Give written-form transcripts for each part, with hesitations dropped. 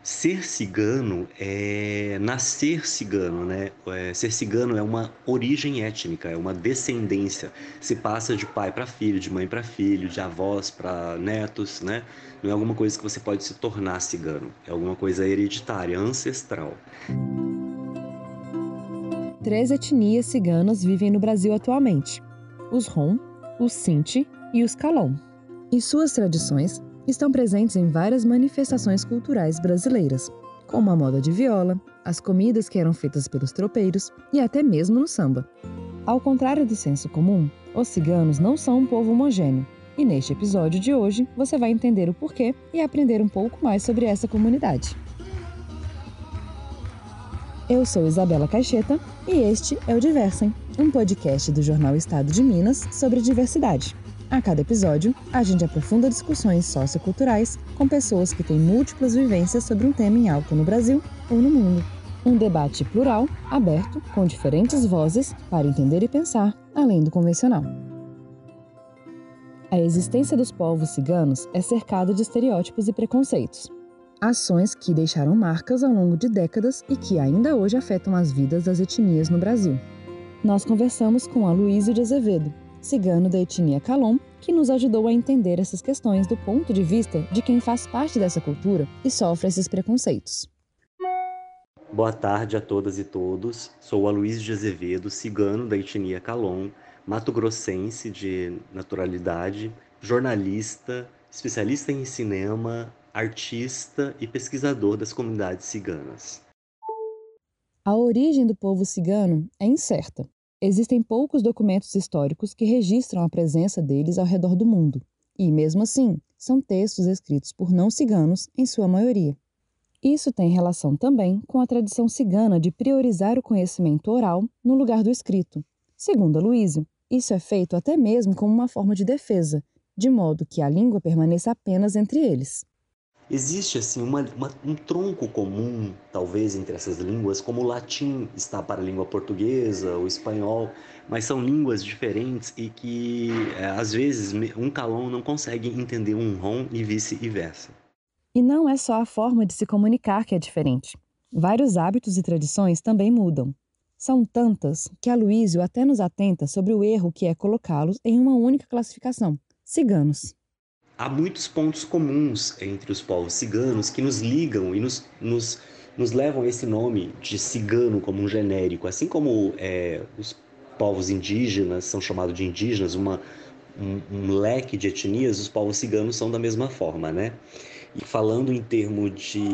Ser cigano é nascer cigano, né? Ser cigano é uma origem étnica, é uma descendência. Se passa de pai para filho, de mãe para filho, de avós para netos, né? Não é alguma coisa que você pode se tornar cigano. É alguma coisa hereditária, ancestral. 3 etnias ciganas vivem no Brasil atualmente: os Rom, os Sinti e os Calon. E suas tradições estão presentes em várias manifestações culturais brasileiras, como a moda de viola, as comidas que eram feitas pelos tropeiros e até mesmo no samba. Ao contrário do senso comum, os ciganos não são um povo homogêneo, e neste episódio de hoje você vai entender o porquê e aprender um pouco mais sobre essa comunidade. Eu sou Isabela Caixeta e este é o Diversem, um podcast do jornal Estado de Minas sobre diversidade. A cada episódio, a gente aprofunda discussões socioculturais com pessoas que têm múltiplas vivências sobre um tema em alta no Brasil ou no mundo. Um debate plural, aberto, com diferentes vozes para entender e pensar além do convencional. A existência dos povos ciganos é cercada de estereótipos e preconceitos. Ações que deixaram marcas ao longo de décadas e que ainda hoje afetam as vidas das etnias no Brasil. Nós conversamos com Aloísio de Azevedo, cigano da etnia Calon, que nos ajudou a entender essas questões do ponto de vista de quem faz parte dessa cultura e sofre esses preconceitos. Boa tarde a todas e todos. Sou Aloísio de Azevedo, cigano da etnia Calon, mato-grossense de naturalidade, jornalista, especialista em cinema, artista e pesquisador das comunidades ciganas. A origem do povo cigano é incerta. Existem poucos documentos históricos que registram a presença deles ao redor do mundo. E, mesmo assim, são textos escritos por não ciganos, em sua maioria. Isso tem relação também com a tradição cigana de priorizar o conhecimento oral no lugar do escrito. Segundo Aloísio, isso é feito até mesmo como uma forma de defesa, de modo que a língua permaneça apenas entre eles. Existe assim um tronco comum, talvez, entre essas línguas, como o latim está para a língua portuguesa, o espanhol, mas são línguas diferentes e que, às vezes, um calão não consegue entender um rom e vice-versa. E não é só a forma de se comunicar que é diferente. Vários hábitos e tradições também mudam. São tantas que Aloísio até nos atenta sobre o erro que é colocá-los em uma única classificação: ciganos. Há muitos pontos comuns entre os povos ciganos que nos ligam e nos levam a esse nome de cigano como um genérico, assim como os povos indígenas são chamados de indígenas, um leque de etnias, os povos ciganos são da mesma forma, né? E falando em termos de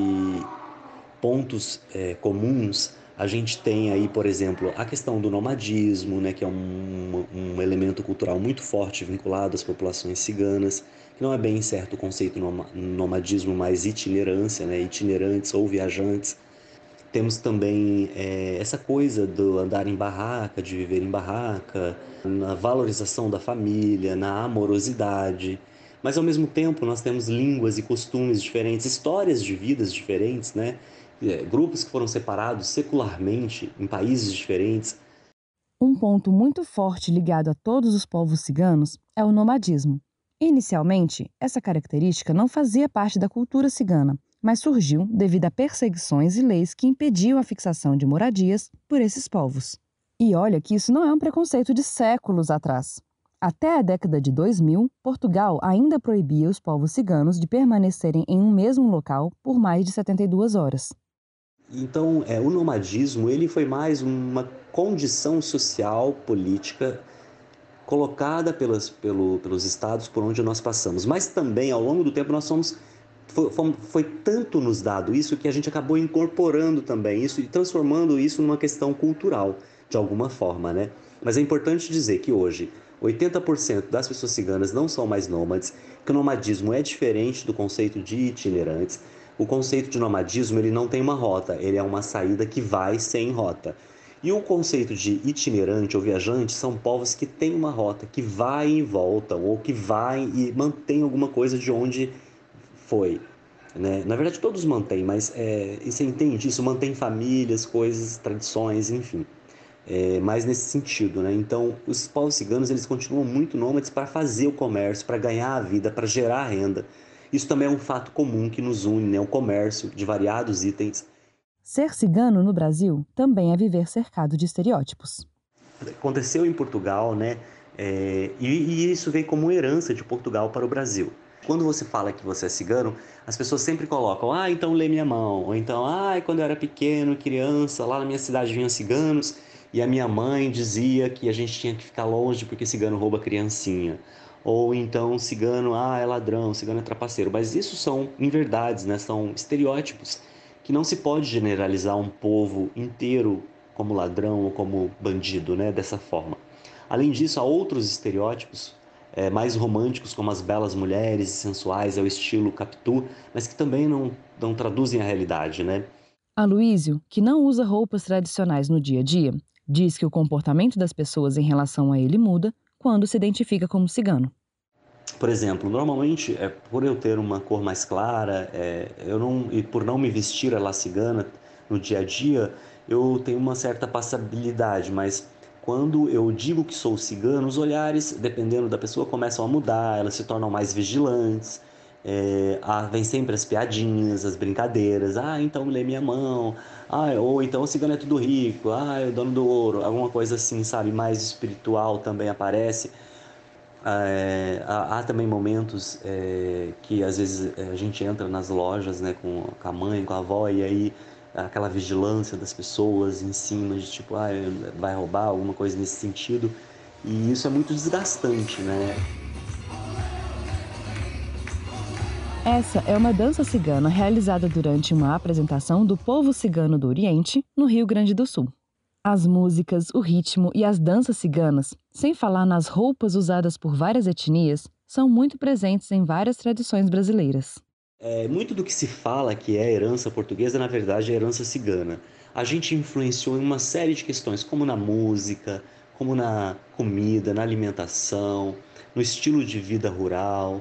pontos comuns, a gente tem aí, por exemplo, a questão do nomadismo, né, que é um elemento cultural muito forte vinculado às populações ciganas, que não é bem certo o conceito nomadismo, mas itinerância, né, itinerantes ou viajantes. Temos também essa coisa do andar em barraca, de viver em barraca, na valorização da família, na amorosidade. Mas ao mesmo tempo nós temos línguas e costumes diferentes, histórias de vidas diferentes, né? Grupos que foram separados secularmente em países diferentes. Um ponto muito forte ligado a todos os povos ciganos é o nomadismo. Inicialmente, essa característica não fazia parte da cultura cigana, mas surgiu devido a perseguições e leis que impediam a fixação de moradias por esses povos. E olha que isso não é um preconceito de séculos atrás. Até a década de 2000, Portugal ainda proibia os povos ciganos de permanecerem em um mesmo local por mais de 72 horas. Então, o nomadismo ele foi mais uma condição social, política colocada pelos estados por onde nós passamos. Mas também, ao longo do tempo, nós foi tanto nos dado isso que a gente acabou incorporando também isso e transformando isso numa questão cultural, de alguma forma, né? Mas é importante dizer que hoje 80% das pessoas ciganas não são mais nômades, que o nomadismo é diferente do conceito de itinerantes. O conceito de nomadismo ele não tem uma rota, ele é uma saída que vai sem rota. E o conceito de itinerante ou viajante são povos que têm uma rota, que vai e volta, ou que vai e mantém alguma coisa de onde foi. Né? Na verdade, todos mantêm, mas e você entende isso? Mantém famílias, coisas, tradições, enfim. Mais nesse sentido, né? Então, os povos ciganos eles continuam muito nômades para fazer o comércio, para ganhar a vida, para gerar renda. Isso também é um fato comum que nos une, né? O comércio de variados itens. Ser cigano no Brasil também é viver cercado de estereótipos. Aconteceu em Portugal, né? E isso veio como herança de Portugal para o Brasil. Quando você fala que você é cigano, as pessoas sempre colocam, então lê minha mão. Ou então, quando eu era pequeno, criança, lá na minha cidade vinham ciganos e a minha mãe dizia que a gente tinha que ficar longe porque cigano rouba criancinha. Ou então, cigano, é ladrão, cigano é trapaceiro. Mas isso são inverdades, né? São estereótipos que não se pode generalizar um povo inteiro como ladrão ou como bandido, né? Dessa forma. Além disso, há outros estereótipos mais românticos, como as belas mulheres e sensuais, é o estilo Capitu, mas que também não traduzem a realidade, né? Aloísio, que não usa roupas tradicionais no dia a dia, diz que o comportamento das pessoas em relação a ele muda quando se identifica como cigano. Por exemplo, normalmente, por eu ter uma cor mais clara, e por não me vestir a la cigana no dia a dia, eu tenho uma certa passabilidade, mas quando eu digo que sou cigano, os olhares, dependendo da pessoa, começam a mudar, elas se tornam mais vigilantes, vem sempre as piadinhas, as brincadeiras, então lê minha mão, ou então o cigano é tudo rico, é o dono do ouro, alguma coisa assim, sabe, mais espiritual também aparece. Há também momentos que às vezes a gente entra nas lojas, né, com a mãe, com a avó, e aí aquela vigilância das pessoas em cima de tipo, vai roubar, alguma coisa nesse sentido. E isso é muito desgastante, né? Essa é uma dança cigana realizada durante uma apresentação do povo cigano do Oriente, no Rio Grande do Sul. As músicas, o ritmo e as danças ciganas, sem falar nas roupas usadas por várias etnias, são muito presentes em várias tradições brasileiras. Muito do que se fala que é herança portuguesa, na verdade, é herança cigana. A gente influenciou em uma série de questões, como na música, como na comida, na alimentação, no estilo de vida rural,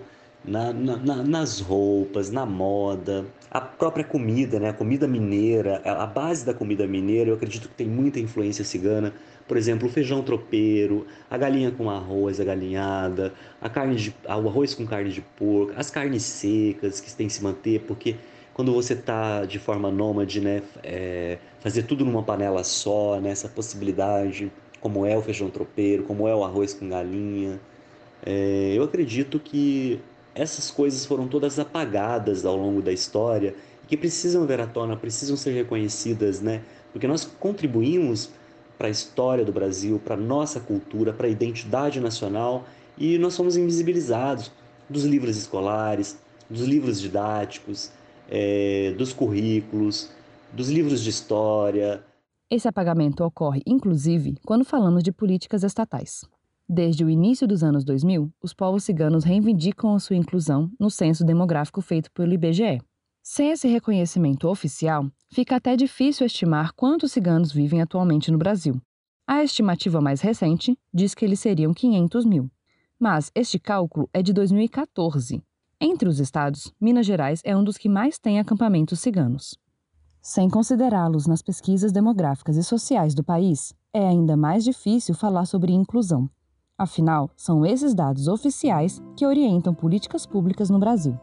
nas roupas, na moda, a própria comida, né? A comida mineira, a base da comida mineira, eu acredito que tem muita influência cigana. Por exemplo, o feijão tropeiro, a galinha com arroz, a galinhada, o arroz com carne de porco, as carnes secas que tem que se manter, porque quando você está de forma nômade, né, fazer tudo numa panela só, né, essa possibilidade, como é o feijão tropeiro, como é o arroz com galinha. Eu acredito que essas coisas foram todas apagadas ao longo da história e que precisam vir à tona, precisam ser reconhecidas, né? Porque nós contribuímos para a história do Brasil, para a nossa cultura, para a identidade nacional e nós somos invisibilizados dos livros escolares, dos livros didáticos, dos currículos, dos livros de história. Esse apagamento ocorre, inclusive, quando falamos de políticas estatais. Desde o início dos anos 2000, os povos ciganos reivindicam a sua inclusão no censo demográfico feito pelo IBGE. Sem esse reconhecimento oficial, fica até difícil estimar quantos ciganos vivem atualmente no Brasil. A estimativa mais recente diz que eles seriam 500 mil. Mas este cálculo é de 2014. Entre os estados, Minas Gerais é um dos que mais tem acampamentos ciganos. Sem considerá-los nas pesquisas demográficas e sociais do país, é ainda mais difícil falar sobre inclusão. Afinal, são esses dados oficiais que orientam políticas públicas no Brasil.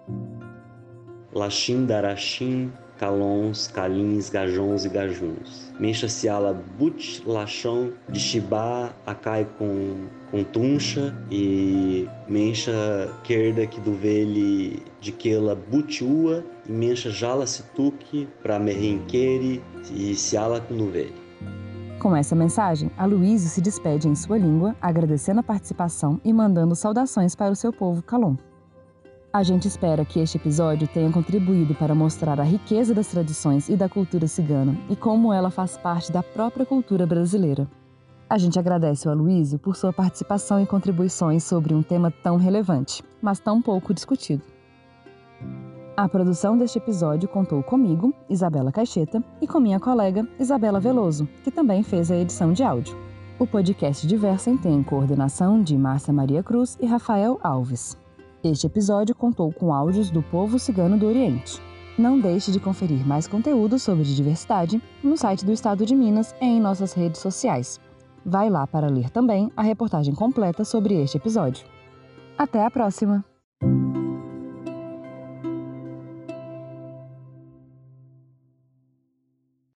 Laxim, Daraxim, Calons, Calins, Gajons e Gajuns. Mencha-se-ala But, Lachon, de Chibá, Acai com Tuncha e Mencha Kerda, que do Vele de Quela Butiua e Mencha Jala Situque, para Merrinquere e Ciala com Nuvele. Com essa mensagem, Aloísio se despede em sua língua, agradecendo a participação e mandando saudações para o seu povo Calon. A gente espera que este episódio tenha contribuído para mostrar a riqueza das tradições e da cultura cigana e como ela faz parte da própria cultura brasileira. A gente agradece ao Aloísio por sua participação e contribuições sobre um tema tão relevante, mas tão pouco discutido. A produção deste episódio contou comigo, Isabela Caixeta, e com minha colega, Isabela Veloso, que também fez a edição de áudio. O podcast Diversem tem coordenação de Márcia Maria Cruz e Rafael Alves. Este episódio contou com áudios do povo cigano do Oriente. Não deixe de conferir mais conteúdo sobre diversidade no site do Estado de Minas e em nossas redes sociais. Vai lá para ler também a reportagem completa sobre este episódio. Até a próxima!